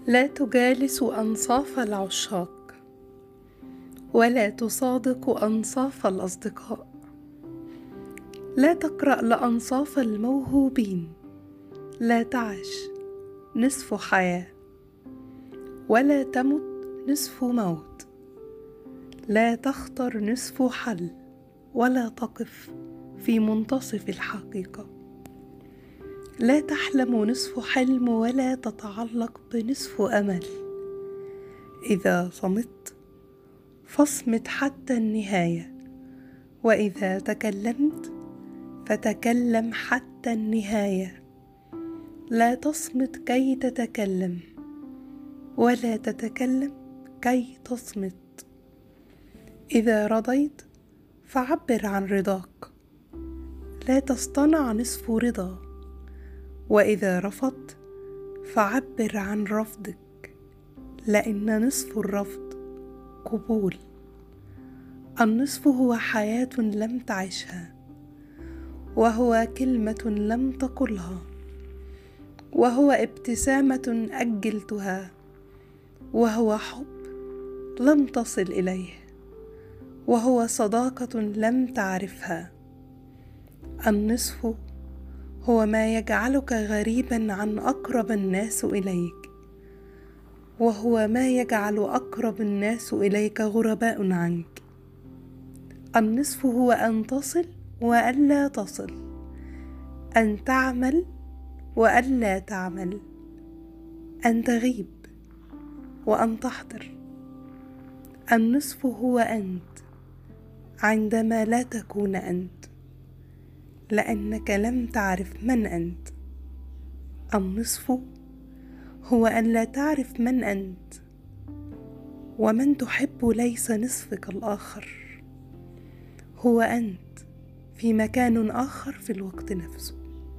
لا تجالس أنصاف العشاق، ولا تصادق أنصاف الأصدقاء. لا تقرأ لأنصاف الموهوبين، لا تعش نصف حياة، ولا تمت نصف موت. لا تختر نصف حل، ولا تقف في منتصف الحقيقة. لا تحلم نصف حلم، ولا تتعلق بنصف أمل. إذا صمت فاصمت حتى النهاية، وإذا تكلمت فتكلم حتى النهاية. لا تصمت كي تتكلم، ولا تتكلم كي تصمت. إذا رضيت فعبر عن رضاك، لا تصطنع نصف رضا. وإذا رفضت فعبر عن رفضك، لأن نصف الرفض قبول. النصف هو حياة لم تعشها، وهو كلمة لم تقلها، وهو ابتسامة أجلتها، وهو حب لم تصل إليه، وهو صداقة لم تعرفها. النصف هو ما يجعلك غريبا عن أقرب الناس إليك، وهو ما يجعل أقرب الناس إليك غرباء عنك. النصف هو أن تصل وألا تصل، أن تعمل وألا تعمل، أن تغيب وأن تحضر. النصف هو أنت عندما لا تكون أنت، لأنك لم تعرف من أنت. النصف هو أن لا تعرف من أنت، ومن تحب ليس نصفك الآخر، هو أنت في مكان آخر في الوقت نفسه.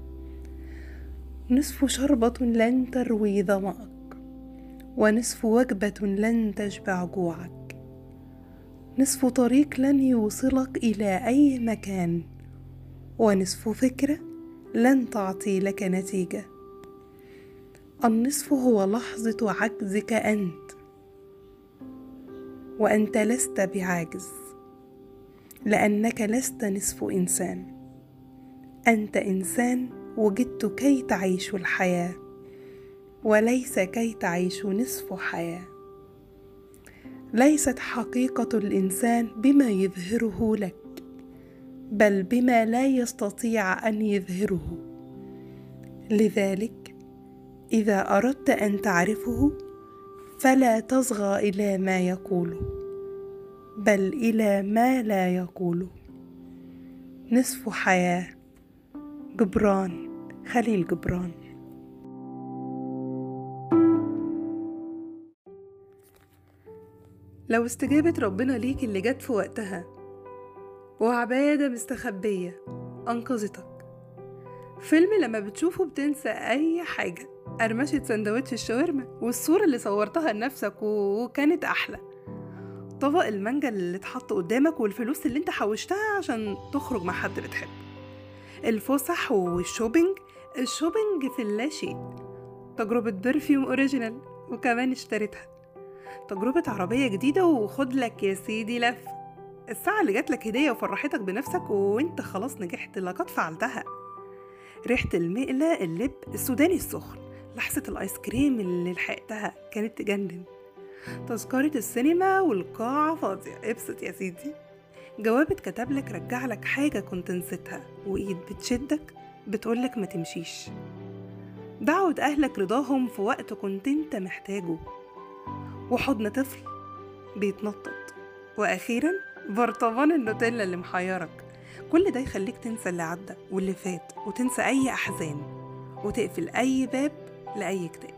نصف شربة لن تروي ظمأك، ونصف وجبة لن تشبع جوعك. نصف طريق لن يوصلك إلى أي مكان، ونصف فكرة لن تعطي لك نتيجة. النصف هو لحظة عجزك أنت، وأنت لست بعاجز، لأنك لست نصف إنسان. أنت إنسان وجدت كي تعيش الحياة، وليس كي تعيش نصف حياة. ليست حقيقة الإنسان بما يظهره لك، بل بما لا يستطيع أن يظهره. لذلك إذا أردت أن تعرفه فلا تصغى إلى ما يقوله، بل إلى ما لا يقوله. نصف حياة، جبران خليل جبران. لو استجابة ربنا ليك اللي جت في وقتها، وعبادة مستخبية أنقذتك. فيلم لما بتشوفه بتنسى أي حاجة، قرمشة سندوتش الشاورما والصورة اللي صورتها لنفسك وكانت أحلى، طبق المانجا اللي اتحط قدامك والفلوس اللي انت حوشتها عشان تخرج مع حد بتحبه، الفسح والشوبينج، الشوبينج في اللاشيء، تجربة برفيوم اوريجينال وكمان اشتريتها، تجربة عربية جديدة وخد لك يا سيدي لف، الساعة اللي جات لك هدية وفرحتك بنفسك وانت خلاص نجحت لقد فعلتها، ريحة المقلة، اللب السوداني السخن، لحظة الايس كريم اللي لحقتها كانت تجنن، تذكرة السينما والقاعة فاضية، ابسط يا سيدي، جواب اتكتب لك رجع لك حاجة كنت نسيتها، وإيد بتشدك بتقولك ما تمشيش، دعوة أهلك رضاهم في وقت كنت انت محتاجه، وحضن طفل بيتنطط، وأخيرا برطمان النوتيلا اللي محيرك. كل ده يخليك تنسى اللي عدى واللي فات، وتنسى أي أحزان، وتقفل أي باب لأي كتاب.